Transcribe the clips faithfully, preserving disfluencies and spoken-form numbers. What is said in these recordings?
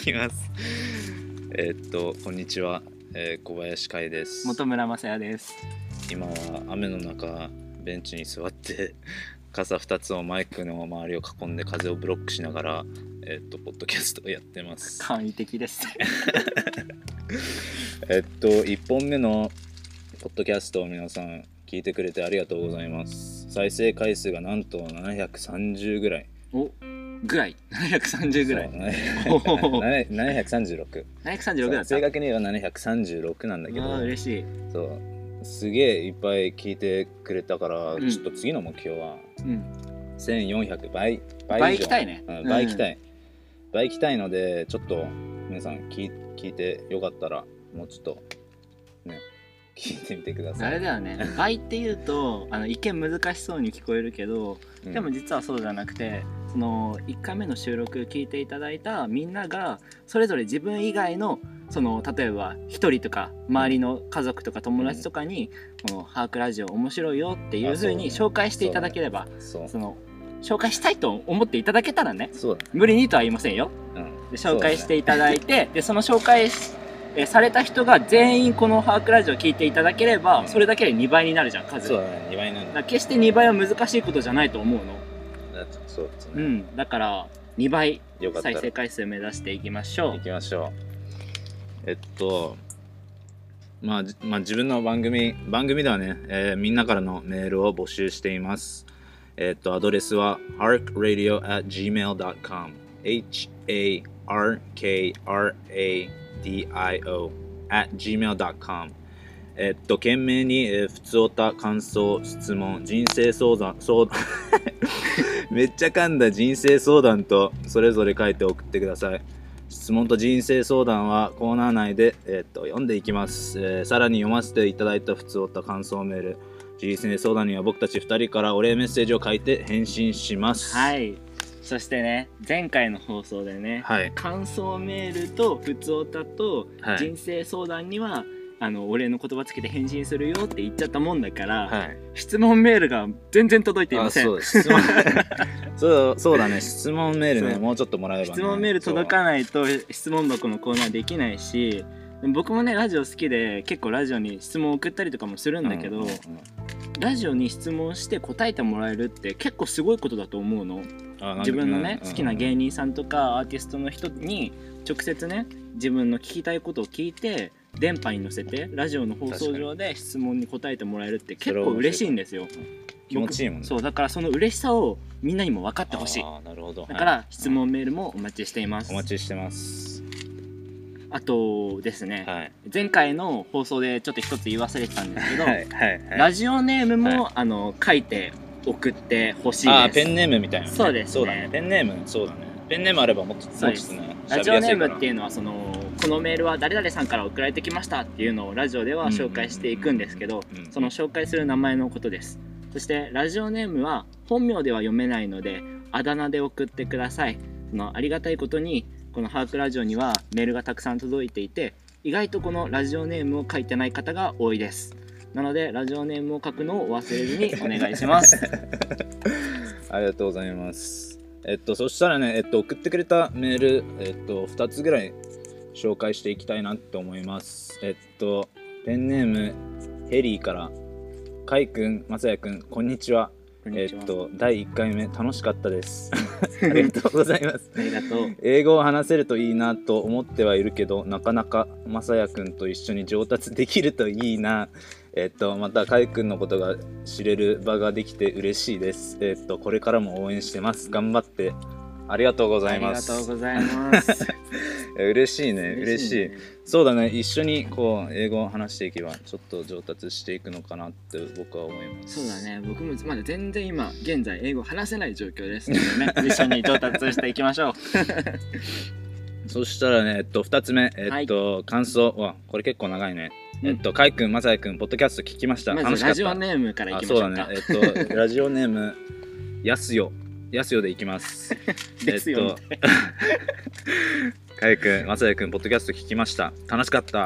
きます。えーっとこんにちは、えー、小林海です。 本村正也です。 今は雨の中ベンチに座って傘ふたつをマイクの周りを囲んで風をブロックしながらえーっとポッドキャストをやってます。 簡易的ですね。 えっといっぽんめのポッドキャストを皆さん聞いてくれてありがとうございます。再生回数がなんとななひゃくさんじゅうぐらい。 おぐらいななひゃくさんじゅうぐらい。 ななひゃくさんじゅうろく。 ななひゃくさんじゅうろくだった。 正確にはななひゃくさんじゅうろくなんだけど。 ああ嬉しい。 そうすげえいっぱい聞いてくれたから、うん、ちょっと次の目標は、うん、せんよんひゃく倍倍倍行きたいね、 うん、倍行きたい、うん、倍行きたいのでちょっと皆さん聞い、聞いてよかったらもうちょっとね聞いてみてください。 あれだよね、倍っていうとあの一見難しそうに聞こえるけど、うん、でも実はそうじゃなくて、そのいっかいめの収録聞いていただいたみんながそれぞれ自分以外のその例えばひとりとか周りの家族とか友達とかに、うん、このハークラジオ面白いよっていう風に紹介していただければ、そ, ね そ, その紹介したいと思っていただけたらね、そうだね、無理にとは言いませんよ、うん、で紹介していただいて、ね、でその紹介えされた人が全員このハークラジオを聞いていただければ、うん、それだけでにばいになるじゃん、数。 そうだね、にばいになる。だから決してにばいは難しいことじゃないと思うの。 だそうですね、 うん、だからにばい再生回数目指していきましょう。 いきましょう。えっとまあ、まあ自分の番組番組ではね、えー、みんなからのメールを募集しています。えっとアドレスは ハークラディオ アット ジーメール ドット コム エイチ エー アール ケー アール エー ディー アイ オー アット ジーメール ドット コム。えっと懸命に、えー、ふつおた、感想、質問、人生相談相談めっちゃ噛んだ人生相談とそれぞれ書いて送ってください。質問と人生相談はコーナー内で、えー、と読んでいきます、えー、さらに読ませていただいたふつおた感想メール、人生相談には僕たちふたりからお礼メッセージを書いて返信します。 はい、そしてね、前回の放送でね、はい、感想メールとふつおたと人生相談には、はい、あのお礼の言葉つけて返信するよって言っちゃったもんだから、はい、質問メールが全然届いていません。 そう質問そうそうだね、質問メールね、もうちょっともらえばね。 質問メール届かないと質問箱のコーナーできないし、僕もねラジオ好きで結構ラジオに質問送ったりとかもするんだけど、うんうんうん、ラジオに質問して答えてもらえるって結構すごいことだと思うの。自分のね、うん、好きな芸人さんとかアーティストの人に直接ね自分の聞きたいことを聞いて電波に乗せてラジオの放送上で質問に答えてもらえるって結構嬉しいんですよ。 気持ちいいもんね。 そうだからその嬉しさをみんなにも分かってほしい。 あ、なるほど。 だから質問メールもお待ちしています。 お待ちしてます。 あとですね、はい、前回の放送でちょっと一つ言い忘れてたんですけど、はいはいはい、ラジオネームも、はい、あの書いて送ってほしいです。 あ、ペンネームみたいな、ね、 そうですね。 そうだね、ペンネーム、そうだね、ペンネームあればもっとそうですね。 ラジオネームっていうのはそのこのメールは誰々さんから送られてきましたっていうのをラジオでは紹介していくんですけど、その紹介する名前のことです。そしてラジオネームは本名では読めないのであだ名で送ってください。そのありがたいことにこのハークラジオにはメールがたくさん届いていて、意外とこのラジオネームを書いてない方が多いです。なのでラジオネームを書くのを忘れずにお願いしますありがとうございます。えっとそしたらね、えっと送ってくれたメール、えっとふたつぐらい紹介していきたいなって思います。えっとペンネームヘリーから、かいくん、まさやくん、こんにちは。えっとだいいっかいめ楽しかったですありがとうございますありがとう。 英語を話せるといいなと思ってはいるけど、なかなかまさやくんと一緒に上達できるといいな。えっとまたかいくんのことが知れる場ができて嬉しいです。えっとこれからも応援してます。頑張って。ありがとうございます。 ありがとうございます嬉しいね、嬉しい。そうだね、一緒にこう英語を話していけばちょっと上達していくのかなって僕は思います。 そうだね、僕もまだ全然今現在英語話せない状況ですのでね一緒に上達していきましょうそしたらね、えっとふたつめ、えっと、はい、感想はこれ結構長いね。えっとかいくん、まさやくん、ポッドキャスト聞きました。 まずラジオネームからいきましょうか。 あ、そうだね、えっとラジオネームやすよやすよでいきますですよね。 かいくん、まさやくん、ポッドキャスト聞きました。楽しかった。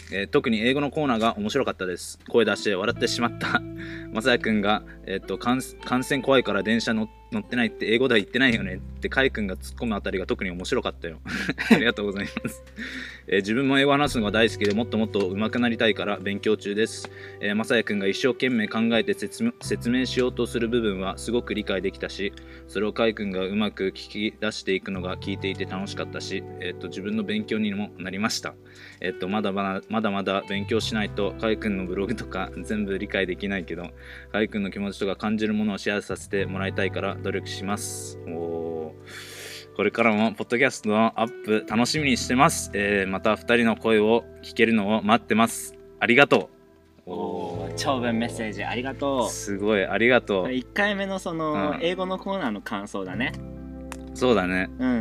えー、特に英語のコーナーが面白かったです。声出して笑ってしまったまさやくんが、えー、っと感染怖いから電車乗乗ってないって英語では言ってないよねってかいくんが突っ込むあたりが特に面白かったよありがとうございます、えー、自分も英語話すのが大好きでもっともっと上手くなりたいから勉強中です。えー、まさやくんが一生懸命考えて説明、説明しようとする部分はすごく理解できたし、それをかいくんがうまく聞き出していくのが聞いていて楽しかったし、えー、っと自分の勉強にもなりました。えー、っとまだまだまだまだ勉強しないとかいくんのブログとか全部理解できないけど、かいくんの気持ちとか感じるものをシェアさせてもらいたいから努力します。おこれからもポッドキャストのアップ楽しみにしてます。えー、またふたりの声を聞けるのを待ってます。ありがとう。 お長文メッセージありがとう。 すごいありがとう。 いっかいめのその、 うん、 英語のコーナーの感想だね。 そうだね。 うん。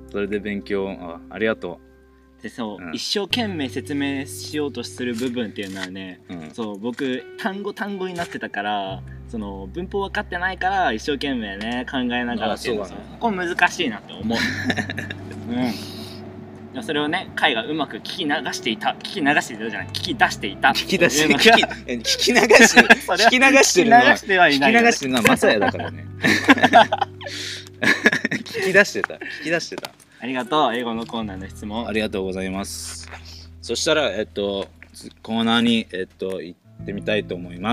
それで勉強 あ, ありがとう。でそう、 うん、 一生懸命説明しようとする部分っていうのはね、うん、そう僕単語単語になってたから、その文法分かってないから一生懸命ね考えながらっていうの、ね、ここ難しいなって思う。うん。それをね、カイがうまく聞き流していた、聞き流していたじゃない、聞き出していた。 聞き出して、聞き、聞き流してる、聞き流してるのは、聞き流してるのはマサヤだからね。聞き出してた、聞き出してた。 ありがとう、英語のコーナーの質問。 ありがとうございます。そしたら、えっと、コーナーに、えっと、行ってみたいと思います。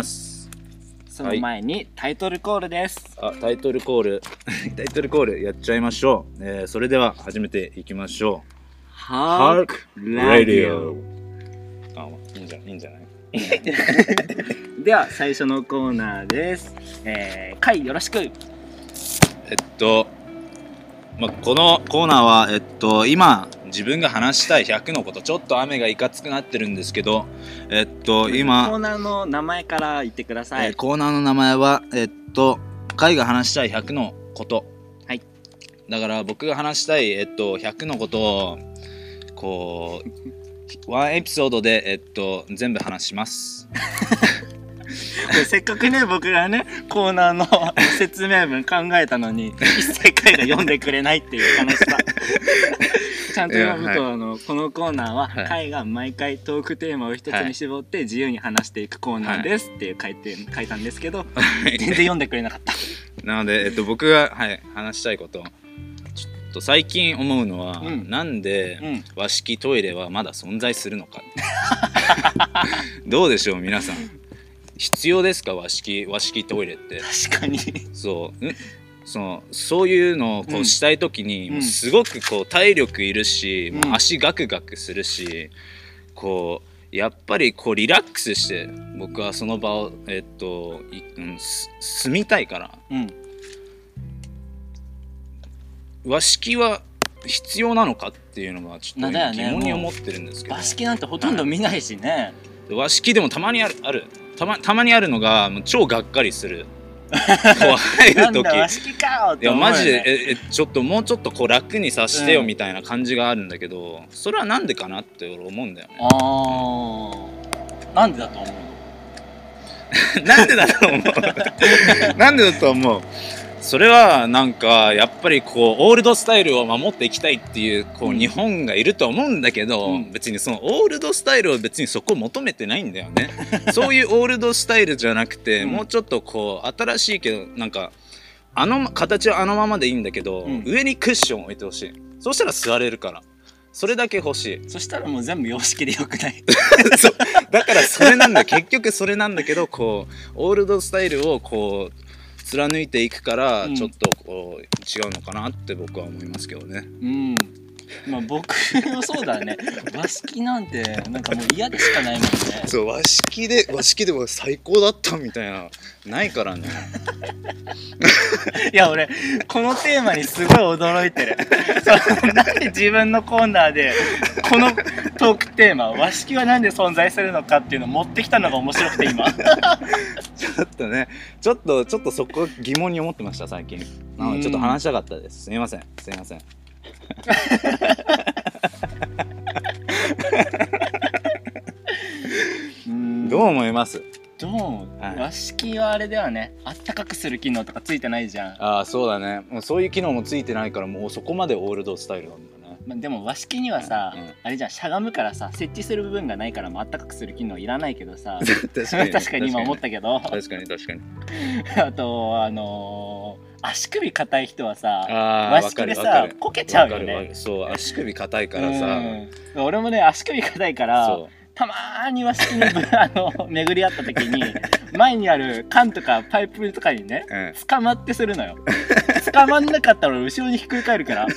その前に、はい、タイトルコールです。 あ、タイトルコール、タイトルコールやっちゃいましょう。えー、それでは始めていきましょう。 Hark Radio。 あ、いいんじゃない、いいんじゃないでは最初のコーナーです。えー、カイよろしく。えっと、まあ、このコーナーはえっと今自分が話したいひゃくのこと、ちょっと雨がいかつくなってるんですけど、えっと今コーナーの名前から言ってください。 えー、コーナーの名前はえっとカイが話したいひゃくのこと。 はい。 だから僕が話したいえっとひゃくのことをこうワンエピソードで、えっと、全部話しますせっかくね僕がねコーナーの説明文考えたのに一切カイが読んでくれないっていう悲しさちゃんと読むと、はい、あのこのコーナーは、はい、カイが毎回トークテーマを一つに絞って自由に話していくコーナーですって書いて、はい、書いたんですけど、はい、全然読んでくれなかったなので、えっと、僕が、はい、話したいこと最近思うのは、うん、なんで和式トイレはまだ存在するのかどうでしょう皆さん、必要ですか和式和式トイレって。 確かにそう、んそのそういうのをこうしたい時に、うん、もうすごくこう体力いるし、うん、足ガクガクするし、こうやっぱりこうリラックスして僕はその場をえっと、うん、住みたいから、うん和式は必要なのかっていうのがちょっと疑問に思ってるんですけど、 和式なんてほとんど見ないしね。 和式でもたまにあるあるたまたまにあるのがもう超がっかりするこう入る時和式かって思うよね。 いやマジでええちょっともうちょっとこう楽にさせてよみたいな感じがあるんだけど、うん、それはなんでかなって俺思うんだよね。 あーなんでだと思うなんでだと思うなんでだと思うそれはなんかやっぱりこうオールドスタイルを守っていきたいっていうこう日本がいると思うんだけど、うん、別にそのオールドスタイルを別にそこ求めてないんだよねそういうオールドスタイルじゃなくて、うん、もうちょっとこう新しいけどなんかあの形はあのままでいいんだけど、うん、上にクッション置いてほしい。そうしたら座れるからそれだけ欲しい。 そしたらもう全部洋式でよくないそうだからそれなんだ結局それなんだけどこうオールドスタイルをこう貫いていくからちょっとこう違うのかなって僕は思いますけどね。 うん、まあ僕もそうだね和式なんてなんかもう嫌でしかないもんね。 そう和式で和式でも最高だったみたいなないからねいや俺このテーマにすごい驚いてるなんで自分のコーナーでこのトークテーマ和式はなんで存在するのかっていうのを持ってきたのが面白くて今ちょっとねちょっとちょっとそこ疑問に思ってました最近。なのでちょっと話したかったです。すみませんすみませんどう思います？ どう、はい、和式はあれではねあったかくする機能とかついてないじゃん。 ああそうだね。もうそういう機能もついてないからもうそこまでオールドスタイルなんだね。 まあ、でも和式にはさ、 うんうん、 あれじゃん、しゃがむからさ設置する部分がないからもうあったかくする機能いらないけどさ確かに確かに今思ったけど確かに確かにあとあのー、足首硬い人はさあ和式でさこけちゃうよね。 そう足首硬いからさ、 うん、俺もね足首硬いからそうたまーに和式にあの巡り合った時に前にある缶とかパイプとかにね、うん、捕まってするのよ。捕まんなかったら後ろにひっくり返るから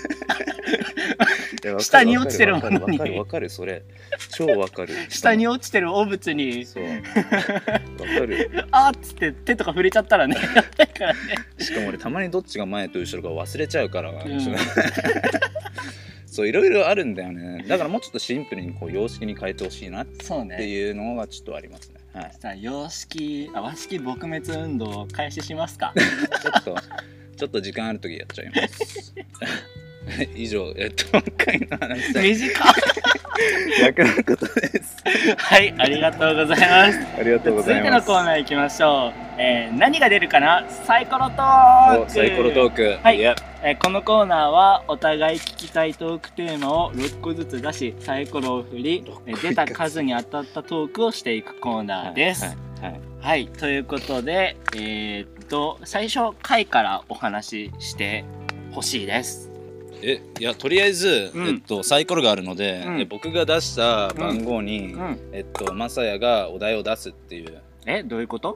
下に落ちてるものにわかるわかるそれ超わかる下に落ちてる汚物にそうわかるあーっつって手とか触れちゃったらねやばいからね。 しかも俺たまにどっちが前と後ろか忘れちゃうから、うん、そういろいろあるんだよね。だからもうちょっとシンプルにこう洋式に変えてほしいなっていうのがちょっとありますね。はい、 さあ洋式あ和式撲滅運動を開始しますかちょっとちょっと時間ある時やっちゃいます以上えっと今回の話短い逆のことですはいありがとうございますありがとうございます。 続いてのコーナー行きましょう、えー、何が出るかなサイコロトーク。 サイコロトークはい、えー、このコーナーはお互い聞きたいトークテーマをろっこずつ出しサイコロを振り出た数に当たったトークをしていくコーナーです。はい、はいはいはい、ということでえー、っと最初回からお話ししてほしいです。 えいやとりあえず、うん、えっと、サイコロがあるので、うん、僕が出した番号に、うんうん、えっと、マサヤがお題を出すっていう。 えどういうこと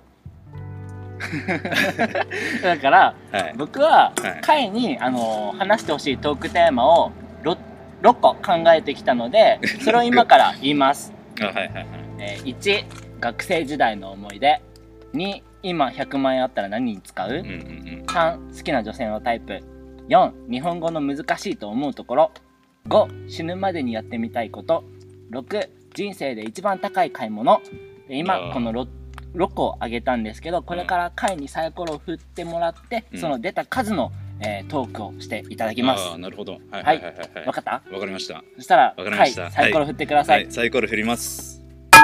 だから、はい、僕は回に、あのー、話してほしいトークテーマを 6, ろっこ考えてきたのでそれを今から言いますあ、はいはいはいえー、いち学生時代の思い出、に今ひゃくまんえんあったら何に使う、うんうんうん、さん好きな女性のタイプ、よん日本語の難しいと思うところ、ご死ぬまでにやってみたいこと、ろく人生で一番高い買い物。で今この 6, ろっこをあげたんですけど、これから回にサイコロを振ってもらって、うん、その出た数の、えー、トークをしていただきます。 あなるほど。はいはいはいはい、はい、分かった？ 分かりました。 そしたら回サイコロ振ってください。 はいはい、サイコロ振ります。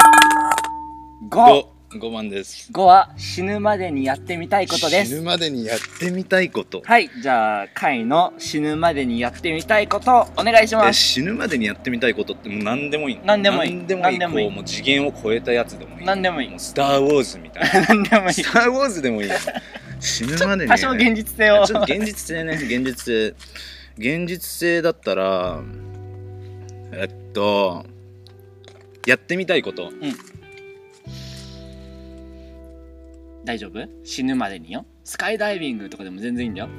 ごごばんです。 ごは死ぬまでにやってみたいことです。 死ぬまでにやってみたいこと。 はい、じゃあ回の死ぬまでにやってみたいことお願いします。 死ぬまでにやってみたいことってもう何でもいい。 何でもいい。 何でもいい。こうもう次元を超えたやつでもいい。 何でもいい。 もうスターウォーズみたいな。 何でもいい。 スターウォーズでもいい。死ぬまでに、ね、 多少現実性を。 ちょっと現実性ね、現実性。現実性だったらえっとやってみたいこと。うん。 大丈夫？死ぬまでによ。スカイダイビングとかでも全然いいんだよ。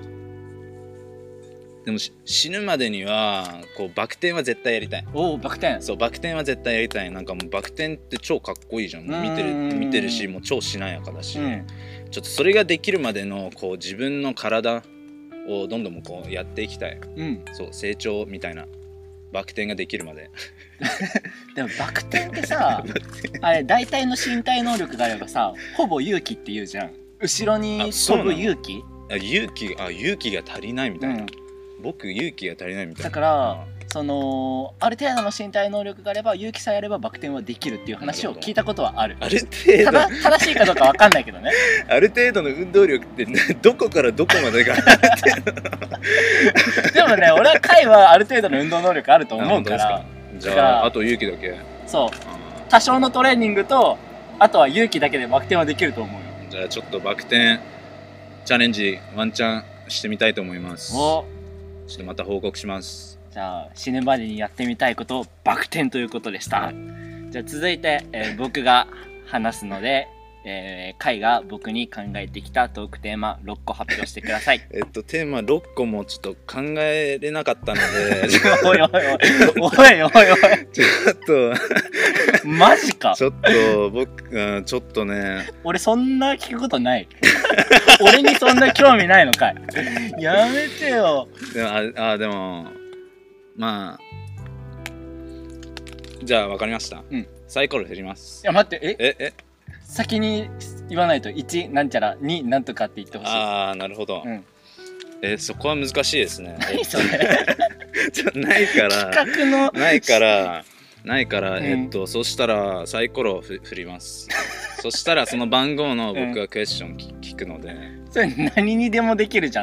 でも死ぬまでにはこうバク転は絶対やりたい。 おおバク転。 そうバク転は絶対やりたい。なんかもうバク転って超かっこいいじゃん。見てる見てるしもう超しなやかだし、うん、ちょっとそれができるまでのこう自分の体をどんどんこうやっていきたい。うん、そう成長みたいなバク転ができるまで。 でもバク転ってさあれ大体の身体能力があればさほぼ勇気って言うじゃん。後ろに飛ぶ勇気。 あ勇気あ勇気が足りないみたいな、うん、僕勇気が足りないみたいな。 だからそのある程度の身体能力があれば勇気さえあればバク転はできるっていう話を聞いたことはある。 ある程度ただ正しいかどうかわかんないけどね。 ある程度の運動力ってどこからどこまでがでもね俺は回はある程度の運動能力あると思うから。 じゃああと勇気だけ。 そう多少のトレーニングとあとは勇気だけでバク転はできると思うよ。 じゃあちょっとバク転チャレンジワンチャンしてみたいと思います。おちょっとまた報告します。 じゃあ死ぬまでにやってみたいことをバク転ということでした。じゃあ続いて、えー、僕が話すのでえー、カイが僕に考えてきたトークテーマろっこ発表してください。 えっとテーマろっこもちょっと考えれなかったのでおいおいおいおいおいおいちょっとマジか。 ちょっと僕、うん、ちょっとね俺そんな聞くことない俺にそんな興味ないのかいやめてよ。 でも あ, あでもまあじゃあ分かりました、うん、サイコロ振ります。 いや待ってえええ先に言わないといちなんちゃらになんとかって言ってほしい。 ああなるほど、うん、えそこは難しいですね。 何それちょないから企画のないからないから、うん、えっとそしたらサイコロを振りますそしたらその番号の僕がクエスチョン聞くので、 それ何にでもできるじゃん。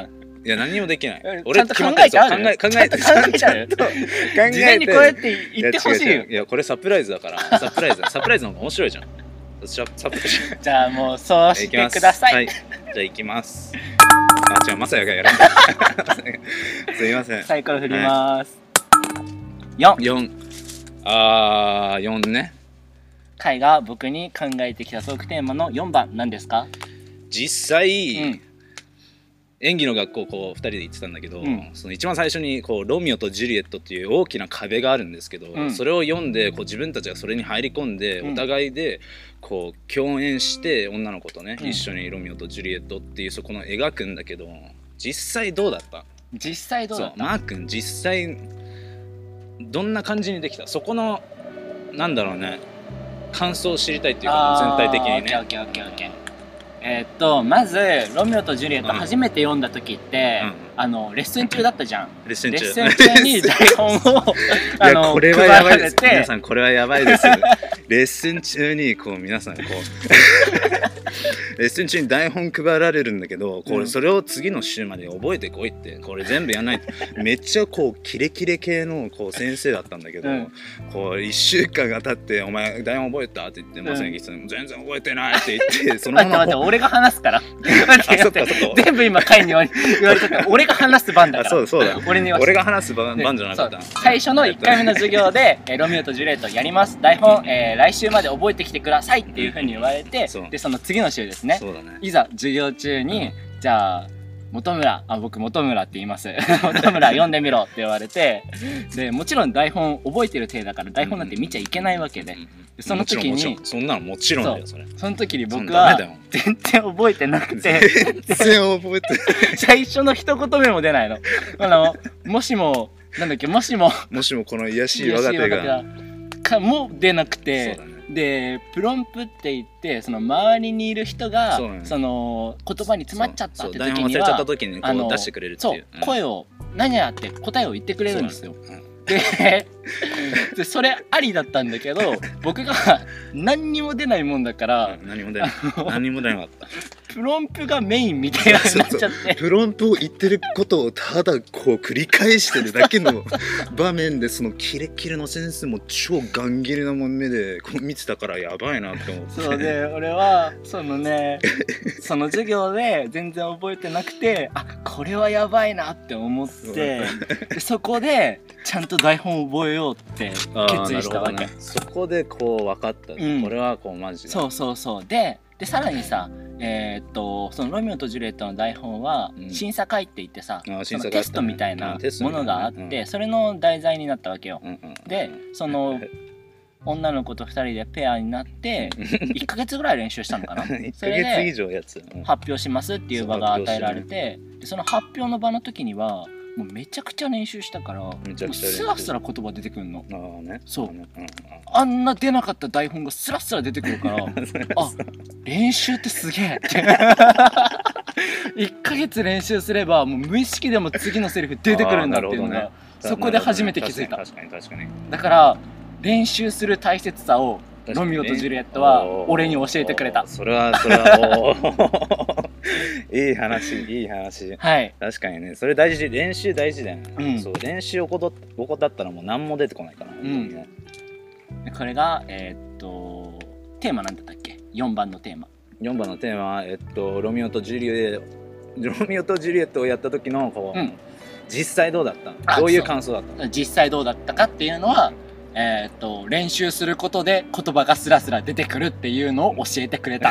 いや何にもできない。 俺ちゃんと考えてある。 考え考えて考えちゃう。事前にこうやって言ってほしいよ。 いやこれサプライズだからサプライズサプライズの方が面白いじゃん。サプライズじゃあもうそうしてください。 はい、じゃあ行きます。あ違うマサヤがやる。すいません。 サイコロ振ります。よん。 よん。ああよんね。 カイが僕に考えてきたトークテーマのよんばん何ですか？ 実際、うん、演技の学校こうふたりで行ってたんだけど、うん、その一番最初にこうロミオとジュリエットっていう大きな壁があるんですけど、うん、それを読んでこう自分たちがそれに入り込んで、うん、お互いでこう共演して女の子とね、うん、一緒にロミオとジュリエットっていうそこの描くんだけど実際どうだった？ 実際どうだった？ そうマー君実際どんな感じにできた？そこのなんだろうね感想を知りたいっていうか全体的にね。 オッケーオッケーオッケーオッケー。えー、っとまず「ロミオとジュリエット」初めて読んだ時って、うん、あのレッスン中だったじゃん。 レッスン中レッスン中に台本をあのこれはやばいです。皆さんこれはやばいです。レッスン中にこう皆さんこうレッスン中に台本配られるんだけどこれそれを次の週まで覚えてこいってこれ全部やんないとめっちゃこうキレキレ系のこう先生だったんだけど、うん、こういっしゅうかんが経って「お前台本覚えた?」って言って「まさに全然覚えてない」って言ってそのまま待って待って俺が話すから全部今カイに言われたから俺が話す番だから。 そうそうだ俺に俺が話す番じゃなかった。 最初のいっかいめの授業で「ロミオとジュリエットやります台本、えー、来週まで覚えてきてください」っていうふうに言われて、でその次の週ですね、 ねいざ授業中に、うん、じゃあ本村あ僕本村って言います本村読んでみろって言われてでもちろん台本覚えてる体だから台本なんて見ちゃいけないわけで、でその時にそんなのもちろんだよそれ。 その時に僕は全然覚えてなくて全然覚えてない最初の一言目も出ないの。あのもしもなんだっけもしももしもこの癒しい我が手がかも出なくて、でプロンプって言ってその周りにいる人が そ,、ね、その言葉に詰まっちゃったって時にはあの出してくれるっていう、 そう、うん、声を何やって答えを言ってくれるんですよ。で, でそれありだったんだけど僕が何にも出ないもんだから、 うん、何も出な何も出なかったプロンプがメインみたいなになっちゃってプロンプを言ってることをただこう繰り返してるだけの場面でそのキレキレの先生も超ガンギレな目でこう見てたからやばいなって思って。 そうで俺はそのねその授業で全然覚えてなくてあこれはやばいなって思ってでそこでちゃんと台本を覚えようって決意したわけ。 そこでこう分かった、うん、これはこうマジでそうそうそうででさらにさえー、っとそのロミオとジュリエットの台本は審査会って言ってさ、うん、そのテストみたいなものがあって、うん、それの題材になったわけよ、うんうん、でその女の子とふたりでペアになっていっかげつぐらい練習したのかなそれで発表しますっていう場が与えられてでその発表の場の時にはもうめちゃくちゃ練習したからもうスラスラ言葉出てくるの。あ、ね、そう、うんうん、あんな出なかった台本がスラスラ出てくるからあ練習ってすげえっていっかげつ練習すればもう無意識でも次のセリフ出てくるんだっていうのが、ね、そこで初めて気づいた。 確かに確かに。 だから練習する大切さをロミオとジュリエットは俺に教えてくれた。 それはそれはいい話いい話、 はい、 確かにねそれ大事練習大事だよね、うん、そう練習を怠ったらもう何も出てこないから、ね、 うん、これがえー、っとテーマなんだったっけよんばんのテーマよんばんのテーマはえっとロミオとジュリエロミオとジュリエットをやった時のこう、うん、実際どうだったどういう感想だった実際どうだったかっていうのはえー、っと練習することで言葉がスラスラ出てくるっていうのを教えてくれた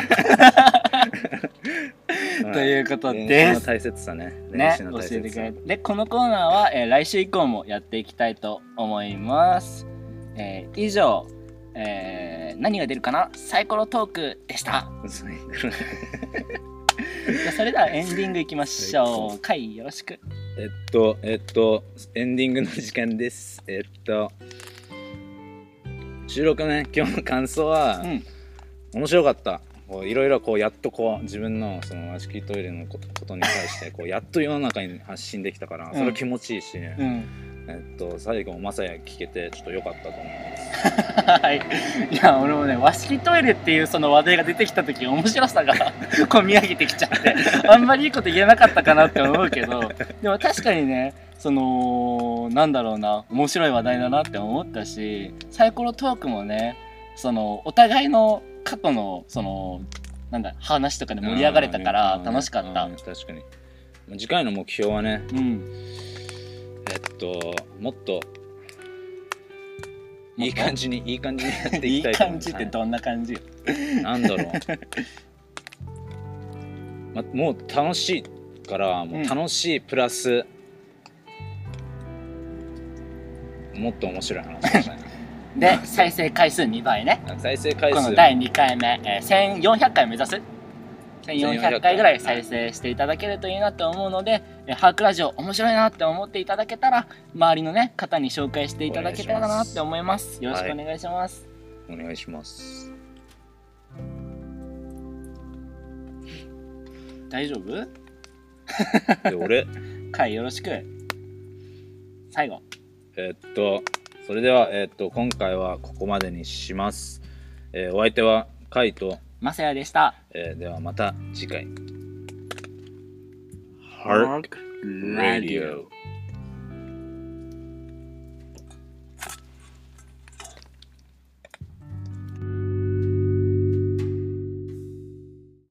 ということです。 練習の大切さね。 ね、教えてくれてでこのコーナーは、えー、来週以降もやっていきたいと思います。えー、以上、えー、何が出るかなサイコロトークでした。じゃそれではエンディングいきましょう。カイよろしく。 えっとえっとエンディングの時間です。えっと収録ね今日の感想は、うん、面白かった。 こういろいろこうやっとこう自分のその和式トイレのことことに対してこうやっと世の中に発信できたから、それは気持ちいいし、ね、 うん、 えっと最後もまさや聞けてちょっと良かったと思いますはい、いや俺もね和式トイレっていうその話題が出てきた時面白さがこみ上げてきちゃってあんまりいいこと言えなかったかなって思うけど、でも確かにねそのなんだろうな面白い話題だなって思ったし、サイコロトークもねそのお互いの過去のそのなんだ話とかで盛り上がれたから楽しかった。 ねね、確かに次回の目標はね、うん、えっともっといい感じにいい感じにやっていきたいと思います。 いい感じってどんな感じよなんだろう、ま、もう楽しいからもう楽しいプラス、うん、もっと面白い話をしたいなで再生回数にばいね。 再生回数このだいにかいめ、えー、せんよんひゃっかい目指すせんよんひゃっかいぐらい再生していただけるといいなと思うので、えー、ハークラジオ面白いなって思っていただけたら周りのね方に紹介していただけたらなって思います。よろしくお願いします。 はい、お願いします。 大丈夫？ で俺回よろしく。最後えー、っとそれでは、えー、っと今回はここまでにします。えー、お相手はカイとマサヤでした。 えー、ではまた次回。Hark Radio